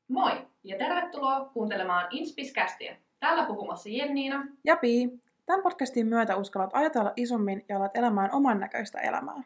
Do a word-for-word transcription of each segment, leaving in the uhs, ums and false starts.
Moi ja tervetuloa kuuntelemaan Inspiskästiä. Täällä puhumassa Jenniina ja Pii. Tämän podcastin myötä uskallat ajatella isommin ja alat elämään oman näköistä elämää.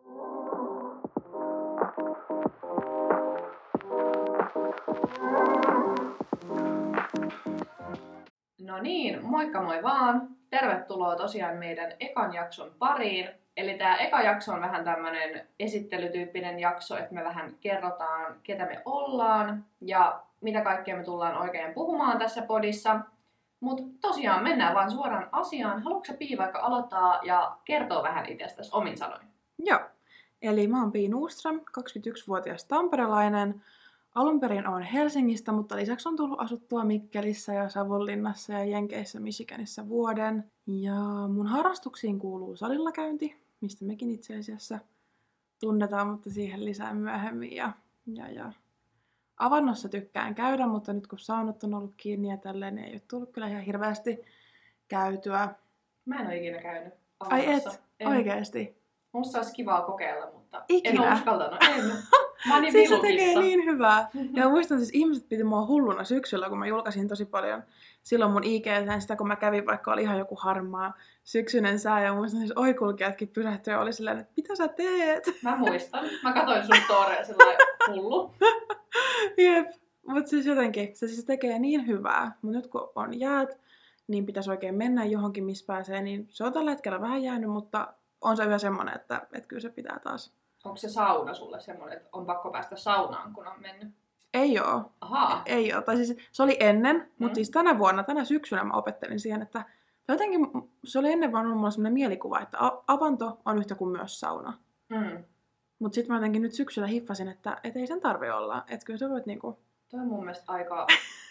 No niin, moikka moi vaan. Tervetuloa tosiaan meidän ekan jakson pariin. Eli tää eka jakso on vähän tämmönen esittelytyyppinen jakso, että me vähän kerrotaan, ketä me ollaan ja mitä kaikkea me tullaan oikein puhumaan tässä podissa. Mutta tosiaan mennään vaan suoraan asiaan. Haluatko sä Pii vaikka aloittaa ja kertoa vähän itsestäsi omin sanoin? Joo. Eli mä oon Pii Nuuström, kaksikymmentäyksivuotias tamperelainen. Alun perin oon Helsingistä, mutta lisäksi on tullut asuttua Mikkelissä ja Savonlinnassa ja Jenkeissä Michiganissa vuoden. Ja mun harrastuksiin kuuluu salilla käynti, mistä mekin itse asiassa tunnetaan, mutta siihen lisää myöhemmin. Ja, ja, ja. Avannossa tykkään käydä, mutta nyt kun saunat on ollut kiinni ja tälleen, niin ei ole tullut kyllä ihan hirveästi käytyä. Mä en ole ikinä käynyt avannossa. Ai et? En. Oikeesti? Musta olisi kivaa kokeilla, mutta ikinä. En ole uskaltanut. En. Mä oon niin siis se vilukissa. tekee niin hyvää. Ja muistan siis, ihmiset piti mua hulluna syksyllä, kun mä julkaisin tosi paljon silloin mun I G:ään sitä, kun mä kävin, vaikka oli ihan joku harmaa syksyinen sää. Ja muistan siis ohikulkijatkin pysähtyi ja oli silleen, että mitä sä teet? Mä muistan. Mä katsoin sun storia sellainen hullu. Jep. Mut siis jotenkin, se siis tekee niin hyvää. Mut nyt kun on jäät, niin pitäisi oikein mennä johonkin, missä pääsee. Niin se on tällä hetkellä vähän jäänyt, mutta on se yhä semmonen, että, että kyllä se pitää taas. Onko se sauna sulle semmoinen, että on pakko päästä saunaan, kun on mennyt? Ei oo. Ahaa. Ei oo. Tai siis se oli ennen, mm. mutta siis tänä vuonna, tänä syksynä mä opettelin siihen, että jotenkin se oli ennen vaan ollut mulla semmoinen mielikuva, että avanto on yhtä kuin myös sauna. Mm. Mutta sitten mä jotenkin nyt syksyllä hiffasin, että et ei sen tarvi olla. Että kyllä se voit niinku... Toi on mun mielestä aika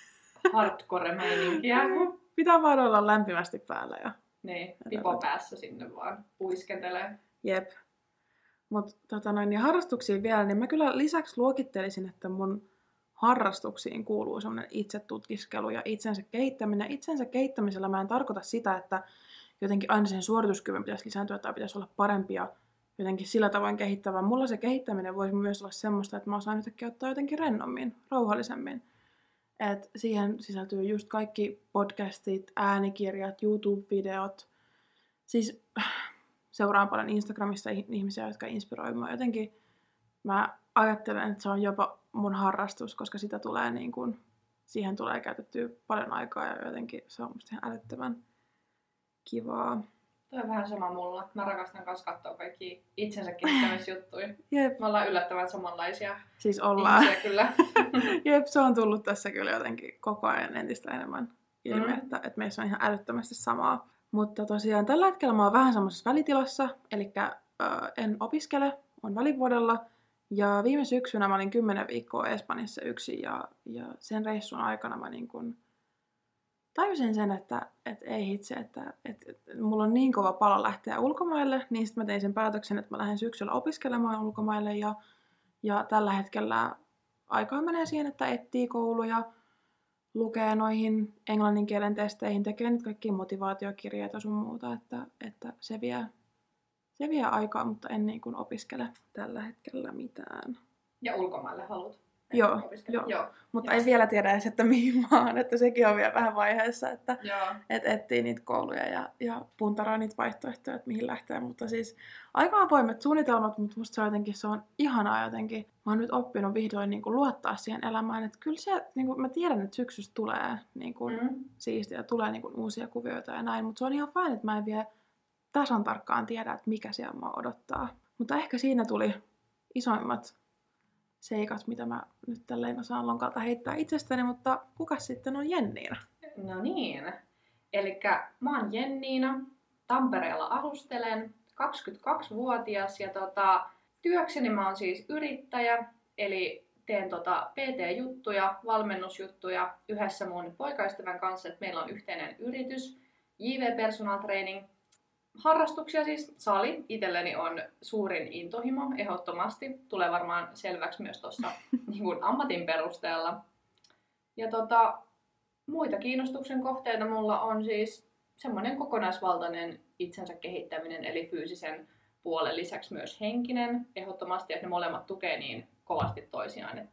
hardcore-meininkiä. Pitää vaan olla lämpimästi päällä. Ja... Niin, pipo päässä sinne vaan uiskentelee. Jep. Mutta tota noin, niin harrastuksiin vielä, niin mä kyllä lisäksi luokittelisin, että mun harrastuksiin kuuluu semmoinen itsetutkiskelu ja itsensä kehittäminen. Itsensä kehittämisellä mä en tarkoita sitä, että jotenkin aina sen suorituskyvyn pitäisi lisääntyä tai pitäisi olla parempia jotenkin sillä tavoin kehittävää. Mulla se kehittäminen voisi myös olla semmoista, että mä osaan yhtäkkiä ottaa jotenkin rennommin, rauhallisemmin. Et siihen sisältyy just kaikki podcastit, äänikirjat, YouTube-videot. Siis seuraan paljon Instagramissa ihmisiä, jotka inspiroivat mua. Jotenkin mä ajattelen, että se on jopa mun harrastus, koska sitä tulee niin kuin, siihen tulee käytettyä paljon aikaa ja jotenkin se on musta ihan älyttömän kivaa. Toi on vähän sama mulla. Mä rakastan kanssa katsoa kaikkia itsensä kehittämisjuttuja. Jep. Me ollaan yllättävän samanlaisia siis ollaan. ihmisiä kyllä. Jep, se on tullut tässä kyllä jotenkin koko ajan entistä enemmän ilmi, mm. että, että meissä on ihan älyttömästi samaa. Mutta tosiaan tällä hetkellä mä oon vähän semmoisessa välitilassa, eli äh, en opiskele, on välivuodella. Ja viime syksynä mä olin kymmenen viikkoa Espanjassa yksin ja, ja sen reissun aikana mä niin kun tajusin sen, että et ei hitse, että et, et, mulla on niin kova palo lähteä ulkomaille, niin sitten mä tein sen päätöksen, että mä lähden syksyllä opiskelemaan ulkomaille ja, ja tällä hetkellä aikaa menee siihen, että etsii kouluja, lukee noihin englannin kielen testeihin, tekee nyt kaikkia motivaatiokirjeitä sun muuta, että, että se, vie, se vie aikaa, mutta en niin kuin opiskele tällä hetkellä mitään. Ja ulkomaille haluat? Joo, joo. joo, mutta joo. En vielä tiedä edes, että mihin maan, että sekin on vielä vähän vaiheessa, että et etsii niitä kouluja ja, ja puntaraa niitä vaihtoehtoja, että mihin lähtee, mutta siis aika avoimet suunnitelmat, mutta musta se on jotenkin, se on ihanaa jotenkin. Mä oon nyt oppinut vihdoin niin kuin luottaa siihen elämään, että kyllä se, niin kuin mä tiedän, että syksystä tulee niin kuin mm. siistiä, tulee niin kuin uusia kuvioita ja näin, mutta se on ihan fine, että mä en vielä tasan tarkkaan tiedä, että mikä siellä mua odottaa. Mutta ehkä siinä tuli isoimmat seikat, mitä mä nyt tälleen osaan lonkalta heittää itsestäni, mutta kuka sitten on Jenniina? No niin, elikkä mä oon Jenniina, Tampereella asustelen, kaksikymmentäkaksivuotias ja tota, työkseni mä oon siis yrittäjä, eli teen tota P T-juttuja, valmennusjuttuja yhdessä mun poikaystävän kanssa, että meillä on yhteinen yritys, J V Personal Training. Harrastuksia siis sali itselleni on suurin intohimo, ehdottomasti. Tulee varmaan selväksi myös tuossa niin kuin ammatin perusteella. Ja tota, muita kiinnostuksen kohteita mulla on siis semmoinen kokonaisvaltainen itsensä kehittäminen, eli fyysisen puolen lisäksi myös henkinen. Ehdottomasti, että ne molemmat tukee niin kovasti toisiaan, että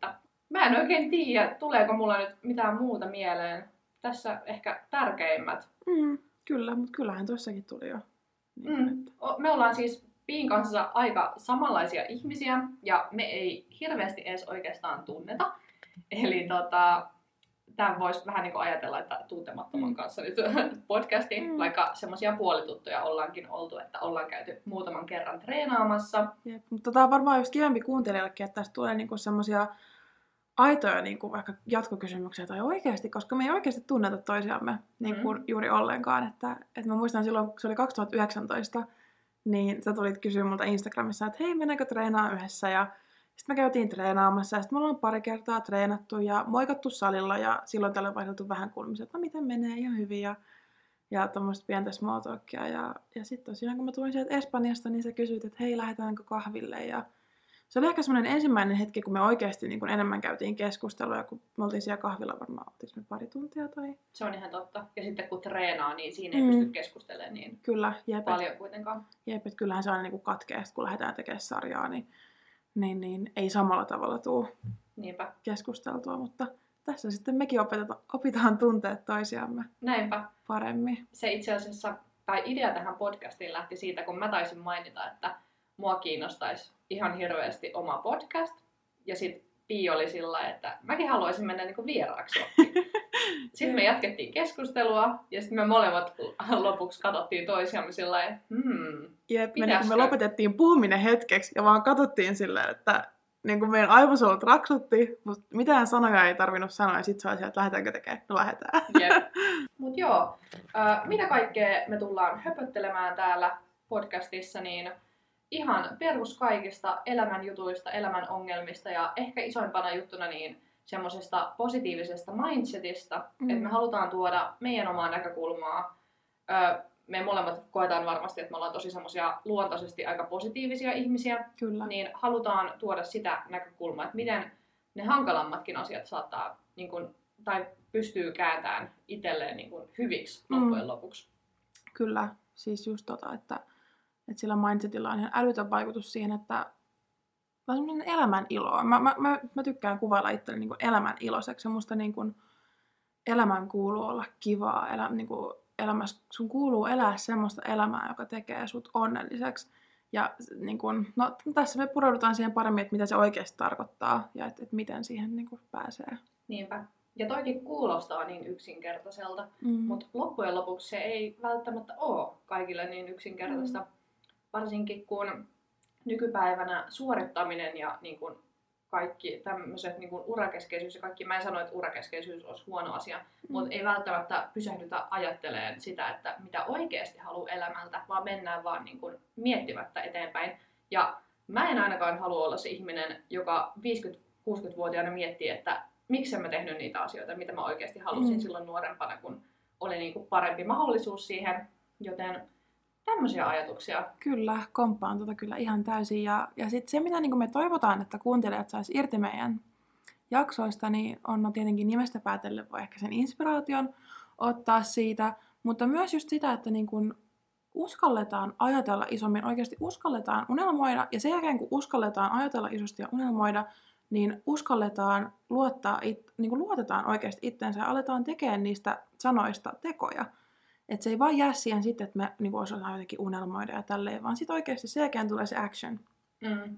Mä en oikein tiedä, tuleeko mulla nyt mitään muuta mieleen. Tässä ehkä tärkeimmät. Mm, kyllä, mutta kyllähän tuossakin tuli jo. Niin, Mm. Me ollaan siis Piin kanssa aika samanlaisia ihmisiä ja me ei hirveästi edes oikeastaan tunneta. Eli tota, tämän voisi vähän niin kuin ajatella, että tuntemattoman kanssa nyt podcasti, mm. vaikka semmoisia puolituttuja ollaankin oltu, että ollaan käyty muutaman kerran treenaamassa. Jep, mutta tämä on varmaan just kivempi kuuntelijallekin, että tästä tulee niinku semmoisia aitoja niinku vaikka jatkokysymyksiä tai oikeasti, koska me ei oikeasti tunneta toisiamme niinku mm. juuri ollenkaan. Että, että mä muistan silloin, kun se oli kaksituhattayhdeksäntoista, niin sä tulit kysyä multa Instagramissa, että hei, mennäänkö treenaa yhdessä, ja sitten me käytiin treenaamassa, ja sitten me ollaan pari kertaa treenattu ja moikattu salilla, ja silloin tällöin vaihdeltu vähän kulmisia, että no miten menee, ihan hyvin, ja, ja tuommoista pientä small talkia. Ja, ja sitten tosiaan, kun mä tulin sieltä Espanjasta, niin sä kysyit, että hei, lähdetäänkö kahville, ja se oli ehkä semmoinen ensimmäinen hetki, kun me oikeasti niin kun enemmän käytiin keskustelua, kun me oltiin siellä kahvilla varmaan, oltiin me pari tuntia tai... Se on ihan totta. Ja sitten kun treenaa, niin siinä ei mm. pysty keskustelemaan niin Kyllä, jep, paljon kuitenkaan. Jep, että kyllähän se aina niin katkee, kun lähdetään tekemään sarjaa, niin, niin, niin ei samalla tavalla tule Niinpä. keskusteltua, mutta tässä sitten mekin opetetaan, opitaan tuntea toisiamme Näinpä. paremmin. Se itse asiassa, tai idea tähän podcastiin lähti siitä, kun mä taisin mainita, että mua kiinnostaisi ihan hirveästi oma podcast. Ja sitten Pii oli sillä, että mäkin haluaisin mennä niinku vieraaksi. Sitten me jatkettiin keskustelua ja sitten me molemmat lopuksi katsottiin toisiamme sillä että hmm, Jep, me, me lopetettiin puhuminen hetkeksi ja vaan katsottiin silleen, että niin kuin meidän aivosolut raksutti, mutta mitään sanoja ei tarvinnut sanoa ja sitten se oli siellä, että lähdetäänkö tekemään? No lähdetään. Jep. Mut joo, äh, mitä kaikkea me tullaan höpöttelemään täällä podcastissa, niin ihan perus kaikista elämän jutuista, elämän ongelmista ja ehkä isoimpana juttuna niin semmoisesta positiivisesta mindsetista, mm. että me halutaan tuoda meidän omaa näkökulmaa. Öö, me molemmat koetaan varmasti, että me ollaan tosi semmoisia luontaisesti aika positiivisia ihmisiä. Kyllä. Niin halutaan tuoda sitä näkökulmaa, että miten ne hankalammatkin asiat saattaa niin kun, tai pystyy kääntämään itselleen niin kun hyviksi loppujen mm. lopuksi. Kyllä, siis just tota, että Että sillä mindsetilla on ihan älytön vaikutus siihen, että on semmoinen elämän iloa. Mä, mä, mä, mä tykkään kuvailla itselleni niin kuin elämän iloiseksi. Ja musta niin kuin elämän kuuluu olla kivaa. Elä, niin kuin elämässä, sun kuuluu elää semmoista elämää, joka tekee sut onnelliseksi. Ja niin kuin, no, tässä me pureudutaan siihen paremmin, että mitä se oikeasti tarkoittaa ja että, että miten siihen niin kuin pääsee. Niinpä. Ja toikin kuulostaa niin yksinkertaiselta, mm-hmm. mutta loppujen lopuksi se ei välttämättä ole kaikille niin yksinkertaista. Mm-hmm. Varsinkin kun nykypäivänä suorittaminen ja niin kun kaikki tämmöiset niin kun urakeskeisyys ja kaikki, mä en sano, että urakeskeisyys olisi huono asia, mm. mutta ei välttämättä pysähdytä ajattelemaan sitä, että mitä oikeasti haluaa elämältä, vaan mennään vaan niin kun miettimättä eteenpäin. Ja mä en ainakaan halua olla se ihminen, joka viisikymmentä-kuusikymmentävuotiaana miettii, että miksi en mä tehnyt niitä asioita, mitä mä oikeasti halusin mm. silloin nuorempana, kun oli niin kun parempi mahdollisuus siihen, joten tämmöisiä ajatuksia. Kyllä, komppaan tota kyllä ihan täysin. Ja, ja sitten se, mitä niin me toivotaan, että kuuntelijat sais irti meidän jaksoista, niin on no tietenkin nimestä päätellen voi ehkä sen inspiraation ottaa siitä, mutta myös just sitä, että niin kun uskalletaan ajatella isommin, oikeasti uskalletaan unelmoida, ja sen jälkeen kun uskalletaan ajatella isosti ja unelmoida, niin uskalletaan luottaa, it, niin kuin luotetaan oikeasti itsensä ja aletaan tekemään niistä sanoista tekoja. Että se ei vaan jää siihen sitten, että me niin osataan jotenkin unelmoida ja tälleen, vaan sitten oikeasti sen jälkeen tulee se action. Mm.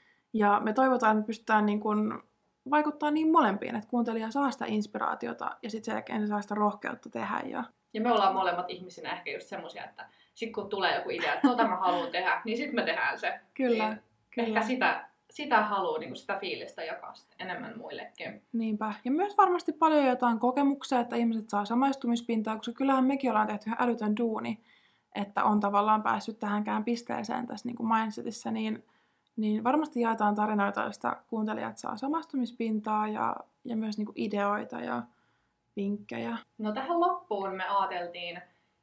Ja me toivotaan, että me pystytään niin kuin vaikuttaa niin molempiin, että kuuntelija saa sitä inspiraatiota ja sitten sen jälkeen se saa sitä rohkeutta tehdä. Ja, ja me ollaan molemmat ihmisinä ehkä just semmosia, että sitten kun tulee joku idea, että tota mä haluan tehdä, niin sitten me tehdään se. Kyllä, niin kyllä. Ehkä sitä, sitä haluaa, niin sitä fiilistä jakaa enemmän muillekin. Niinpä. Ja myös varmasti paljon jotain kokemuksia, että ihmiset saa samaistumispintaa, koska kyllähän mekin ollaan tehty ihan älytön duuni, että on tavallaan päässyt tähänkään pisteeseen tässä niin kuin mindsetissä, niin, niin varmasti jaetaan tarinoita, joista kuuntelijat saa samaistumispintaa ja, ja myös niin kuin ideoita ja vinkkejä. No tähän loppuun me ajateltiin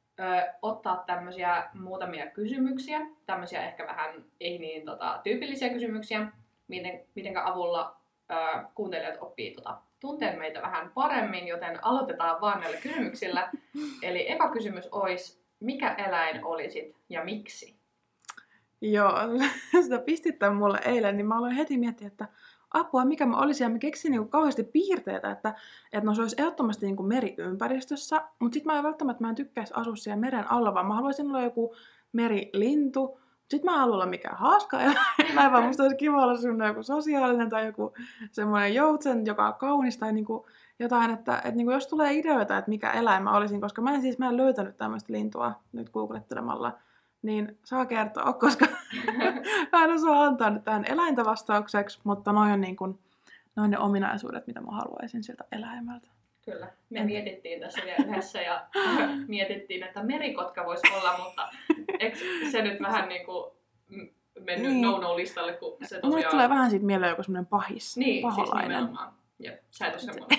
ö, ottaa tämmöisiä muutamia kysymyksiä, tämmöisiä ehkä vähän ei niin tota, tyypillisiä kysymyksiä, miten, mitenkä avulla ö, kuuntelijat oppii tota, tunteen meitä vähän paremmin, joten aloitetaan vaan näillä kysymyksillä. Eli eka kysymys olisi, mikä eläin olisit ja miksi? Joo, sitä pistit tämän mulle eilen, niin mä aloin heti miettiä, että apua, mikä mä olisin. Ja mä keksin niin kuin kauheasti piirteitä, että, että no se olisi ehdottomasti niin kuin meriympäristössä. Mutta sitten mä en välttämättä mä en tykkäisi asua siellä meren alla, vaan mä haluaisin olla joku merilintu. Sitten mä en halua olla mikään haaska eläin, vaan musta olisi kiva olla semmoinen joku sosiaalinen tai joku semmoinen joutsen, joka on kaunis tai niinku jotain, että, että niinku jos tulee ideoita, että mikä eläin mä olisin, koska mä en siis mä en löytänyt tämmöistä lintua nyt googlettelemalla, niin saa kertoa, koska mä en osaa antaa nyt tähän eläintä vastaukseksi, mutta noin on, niinku, noin ne ominaisuudet, mitä mä haluaisin siltä eläimeltä. Kyllä. Me en... mietittiin tässä vielä yhdessä ja mietittiin, että merikotka voisi olla, mutta eikö se nyt vähän niin kuin mennyt niin. no-no-listalle, kun se tosiaan... Mulle tulee vähän siitä mieleen joku semmoinen pahis, niin, paholainen. Siis nimenomaan. Jep, sä et ole semmoinen.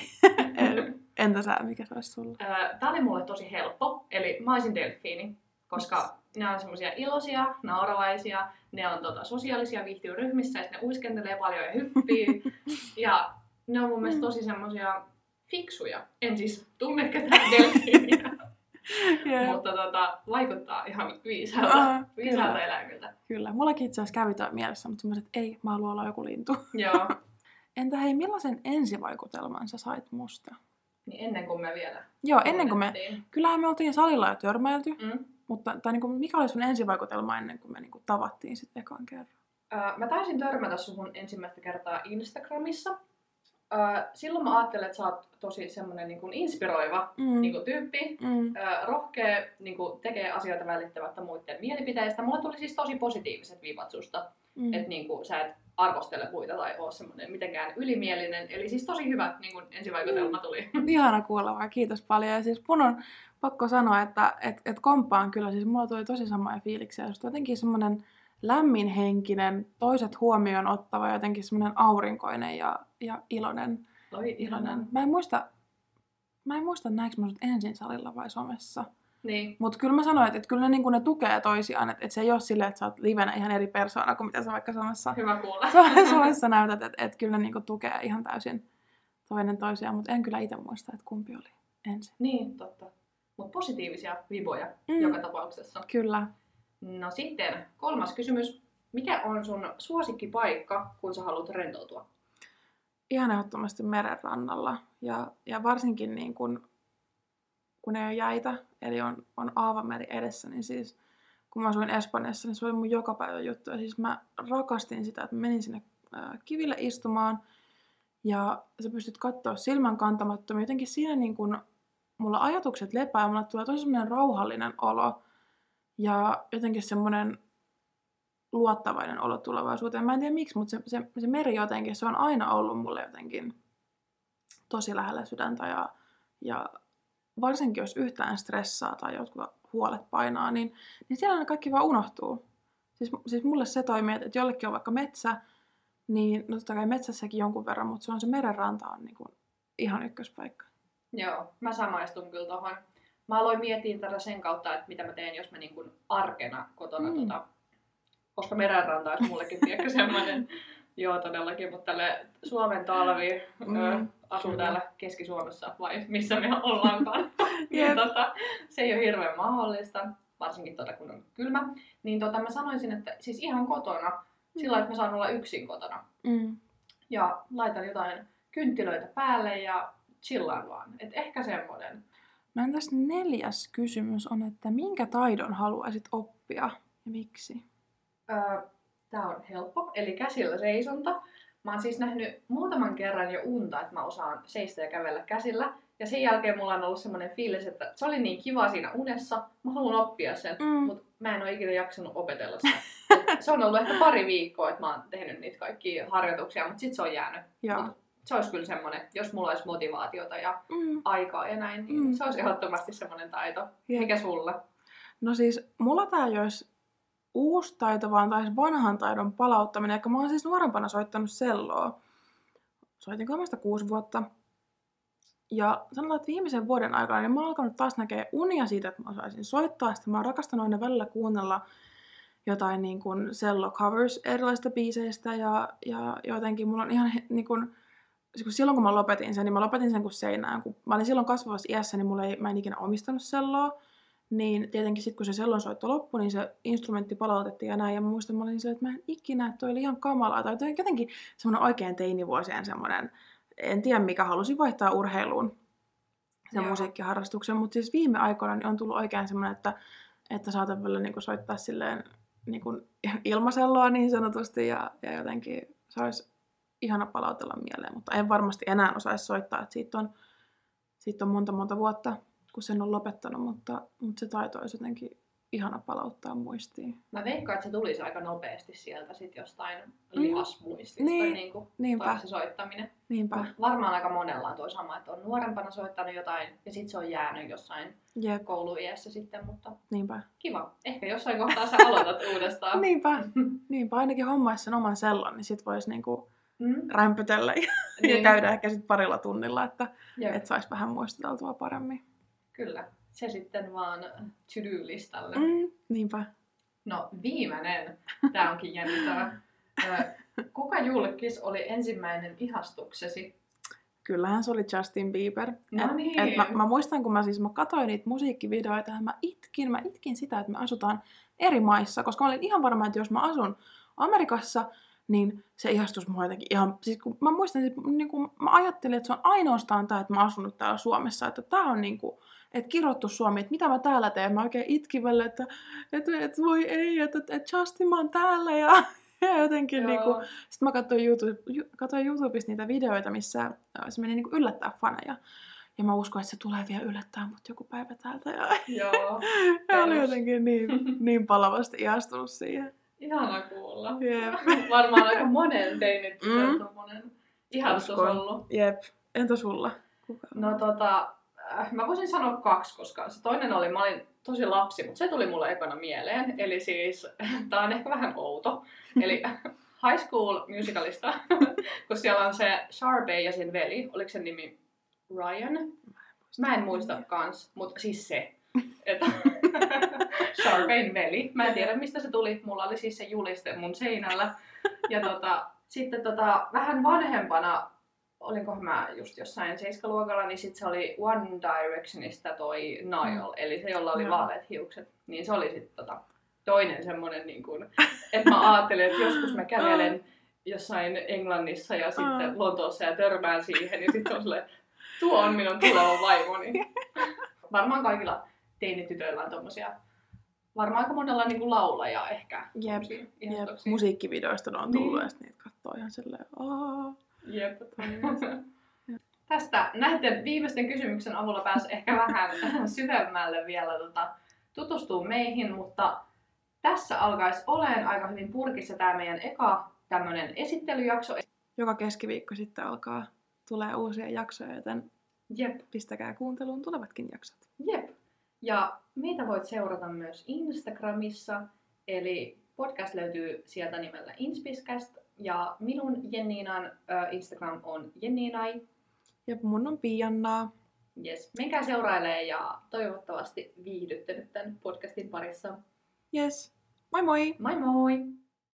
Entä sä, mikä se olisi sulla? Tää oli mulle tosi helppo, eli mä olisin delfiini, koska ne on semmoisia iloisia, nauravaisia, ne on tota, sosiaalisia, viihtyy ryhmissä ja ne uiskentelee paljon ja hyppii. Ja ne on mun mielestä tosi semmoisia fiksuja. En siis tunne ketään delfiiniä, yeah. mutta tota, vaikuttaa ihan viisaalta, uh, viisaalta eläimiltä. Kyllä, mullakin itse asiassa kävi toi mielessä, mutta semmoiset, että ei, mä haluan olla joku lintu. Joo. Entä hei, millaisen ensivaikutelman sä sait musta? Niin ennen kuin me vielä Joo, ennen kuin me, kyllähän me oltiin salilla jo törmäilty, mm. mutta tai niin kuin, mikä oli sun ensivaikutelma ennen kuin me niin kuin, tavattiin sitten ekan kerran? Uh, mä taisin törmätä suhun ensimmäistä kertaa Instagramissa. Uh, silloin mä ajattelin, että sä oot tosi semmonen niin kuin inspiroiva mm. niin kuin tyyppi, mm. uh, rohkea, niin kuin tekee asioita välittämättä muiden mielipiteistä. Mulle tuli siis tosi positiiviset viivat susta, mm. että niin kuin, sä et arvostele muita tai oo semmonen mitenkään ylimielinen. Eli siis tosi hyvä niin kuin ensivaikutelma tuli. Ihana kuulla, kiitos paljon. Ja siis mun on pakko sanoa, että et, et komppaan kyllä, siis mulla tuli tosi samoja fiiliksiä. Just jotenkin semmonen lämminhenkinen, toiset huomioon ottava, jotenkin semmoinen aurinkoinen ja, ja iloinen. Oi, iloinen. Mä en muista, mä en muista näinkö mä sut ensin salilla vai somessa. Niin. Mut kyllä mä sanoin, että, että kyllä ne, niin ne tukee toisiaan, että, että se ei ole silleen, että sä oot livenä ihan eri persoona kuin mitä sä vaikka somessa, Hyvä kuulla. somessa näytät, että, että kyllä ne niin tukee ihan täysin toinen toisiaan, mutta en kyllä itse muista, että kumpi oli ensin. Niin, totta. Mutta positiivisia viboja mm. joka tapauksessa. Kyllä. No sitten kolmas kysymys. Mikä on sun suosikkipaikka, kun sä haluat rentoutua? Ihan ehdottomasti merenrannalla. Ja, ja varsinkin niin kun, kun ei ole jäitä, eli on, on aavameri edessä, niin siis kun mä asuin Espanjassa, niin se oli mun joka päivä juttu. Ja siis mä rakastin sitä, että mä menin sinne ää, kiville istumaan ja sä pystyt katsoa silmän kantamattomia. Jotenkin siinä niin kun mulla ajatukset lepää ja mulla tulee tosi semmoinen rauhallinen olo. Ja jotenkin semmoinen luottavainen olo tulevaisuuteen. Mä en tiedä miksi, mutta se, se, se meri jotenkin, se on aina ollut mulle jotenkin tosi lähellä sydäntä. Ja, ja varsinkin jos yhtään stressaa tai jotkut huolet painaa, niin, niin siellä ne kaikki vaan unohtuu. Siis, siis mulle se toimii, että jollekin on vaikka metsä, niin no totta kai metsässäkin jonkun verran, mutta se on se merenranta on niin kuin ihan ykköspaikka. Joo, mä samaistun kyllä tohon. Mä aloin miettiä tätä sen kautta, että mitä mä teen, jos mä niin kuin arkena kotona, mm. tota, koska merenranta olisi mullekin tiedäkö semmoinen, joo todellakin, mutta tälle Suomen talvi, mm. ö, asun Kyllä. täällä Keski-Suomessa vai missä me ollaankaan, niin tota, se ei ole hirveän mahdollista, varsinkin tota, kun on kylmä, niin tota, mä sanoisin, että siis ihan kotona, mm. sillä että mä saan olla yksin kotona mm. ja laitan jotain kynttilöitä päälle ja chillaan vaan, et ehkä semmoinen. No entäs neljäs kysymys on, että minkä taidon haluaisit oppia ja miksi? Öö, tää on helppo, eli käsillä seisonta. Mä oon siis nähnyt muutaman kerran jo unta, että mä osaan seistä ja kävellä käsillä. Ja sen jälkeen mulla on ollut semmoinen fiilis, että se oli niin kiva siinä unessa, mä haluan oppia sen, mm. mutta mä en ole ikinä jaksanut opetella sitä. Se on ollut ehkä pari viikkoa, että mä oon tehnyt niitä kaikkia harjoituksia, mutta sit se on jäänyt. Mut se olisi kyllä semmoinen, jos mulla olisi motivaatiota ja mm. aikaa ja näin, niin mm. se olisi ehdottomasti semmoinen taito. Jep. Mikä sulla? No siis, mulla tää ei olisi uusi taito, vaan taisi vanhan taidon palauttaminen. Eikä mä oon siis nuorempana soittanut selloa. Soitin kolmesta kuusi vuotta. Ja sanotaan, että viimeisen vuoden aikana niin mä oon alkanut taas näkee unia siitä, että mä osaisin soittaa. Sitten mä oon rakastanut aina välillä kuunnella jotain niin kuin cello covers erilaisista biiseistä. Ja, ja jotenkin mulla on ihan niin kuin, silloin kun mä lopetin sen, niin mä lopetin sen kuin seinään. Kun mä olin silloin kasvavassa iässä, niin mulla ei, mä en ikinä omistanut selloa. Niin tietenkin sitten kun se sellonsoitto loppui, niin se instrumentti palautettiin ja näin. Ja mä muistan, mä olin silleen, että mä en ikinä, että toi oli ihan kamalaa. Tai toi jotenkin semmoinen oikein teinivuosien semmoinen, en tiedä mikä, halusin vaihtaa urheiluun sen Joo. musiikkiharrastuksen. Mutta siis viime aikoina niin on tullut oikein semmoinen, että, että saatan vielä niin kuin soittaa silleen niin kuin ilmaselloa niin sanotusti. Ja, ja jotenkin se olisi ihana palautella mieleen. Mutta en varmasti enää osaisi soittaa, että siitä on, siitä on monta monta vuotta, kun sen on lopettanut, mutta, mutta se taito olisi jotenkin ihana palauttaa muistiin. Mä veikkaan, että se tulisi aika nopeasti sieltä sit jostain lihasmuistista, Niin, niin kuin, niinpä. se soittaminen. Niinpä. Mut varmaan aika monella on toi sama, että on nuorempana soittanut jotain ja sitten se on jäänyt jossain Jep, kouluiässä sitten, mutta niinpä. kiva. Ehkä jossain kohtaa sä aloitat uudestaan. Niinpä, niinpä. Ainakin hommaisi sen oman sellon, niin sit voisi niinku Mm. rämpötellä ja, Niin. ja käydä ehkä sit parilla tunnilla, että Joo, et saisi vähän muistuteltua paremmin. kyllä. Se sitten vaan to-do-listalle. Mm, niinpä. No viimeinen. Tää onkin jännittävä. Ö, Kuka julkis oli ensimmäinen ihastuksesi? Kyllähän se oli Justin Bieber. No Et- niin. et mä, mä muistan, kun mä siis mä katsoin niitä musiikkivideoita ja mä itkin, mä itkin sitä, että me asutaan eri maissa, koska mä olin ihan varma, että jos mä asun Amerikassa, niin se ihastus mua jotenkin ihan, siis kun mä muistan, että niin kun mä ajattelin, että se on ainoastaan tämä, että mä asun nyt täällä Suomessa, että tää on niinku, että kirottu Suomi, että mitä mä täällä teen, mä oikein itkin välillä, että, että, että voi ei, että, että Justin mä oon täällä ja, ja jotenkin Joo. niinku, sitten mä katsoin, YouTube, ju, katsoin YouTubesta niitä videoita, missä äh, se meni niinku yllättää faneja. Ja mä uskon, että se tulee vielä yllättää mut joku päivä täältä. Ja, Joo. ja oli Perus. jotenkin niin, niin palavasti ihastunut siihen. Ihana kuulla. Jep. Varmaan aika monen teinit Mm. mm. tommonen ihastus Uskon. ollut. Jep. Entä sulla? Kuka? No tota, äh, mä voisin sanoa kaksi, koska se toinen oli, mä olin tosi lapsi, mutta se tuli mulle ekana mieleen. Eli siis, tää on ehkä vähän outo. Eli High School Musicalista, kun siellä on se Sharpay ja sen veli, oliko sen nimi Ryan? Mä en muista kans, mutta siis se. Että Sharpayn veli. Mä en tiedä mistä se tuli. Mulla oli siis se juliste mun seinällä. Ja tota, sitten tota, vähän vanhempana, olinkohan mä just jossain seiskaluokalla, niin sit se oli One Directionista toi Niall, eli se jolla oli Joo. vaaleat hiukset. Niin se oli sit tota, toinen semmonen niin kuin, että mä ajattelin, että joskus mä kävelen jossain Englannissa ja sitten Lontoossa ja törmään siihen, ja sitten on silleen, tuo on minun tuleva vaimoni. Varmaan kaikilla teinitytöillä on tommosia, varmaan aika monella niinku laulajaa ehkä. Jep, tommosia Jep. ihastuksia. Musiikkivideoista ne on tullut Niin. ja sitten niitä katsoo ihan silleen, aah. Jep. Tästä näiden viimeisten kysymyksen avulla pääsi ehkä vähän syvemmälle vielä tota, tutustua meihin, mutta tässä alkaisi olemaan aika hyvin purkissa tämä meidän eka tämmönen esittelyjakso. Joka keskiviikko sitten alkaa, tulee uusia jaksoja, joten Jep. pistäkää kuunteluun tulevatkin jaksot. Jep. Ja meitä voit seurata myös Instagramissa, eli podcast löytyy sieltä nimellä Inspiscast, ja minun Jenniinan ö, Instagram on Jenniinai. Ja mun on Piannaa. Yes. Menkää seurailee ja toivottavasti viihdytte nyt tämän podcastin parissa. Yes. Moi moi! Moi moi!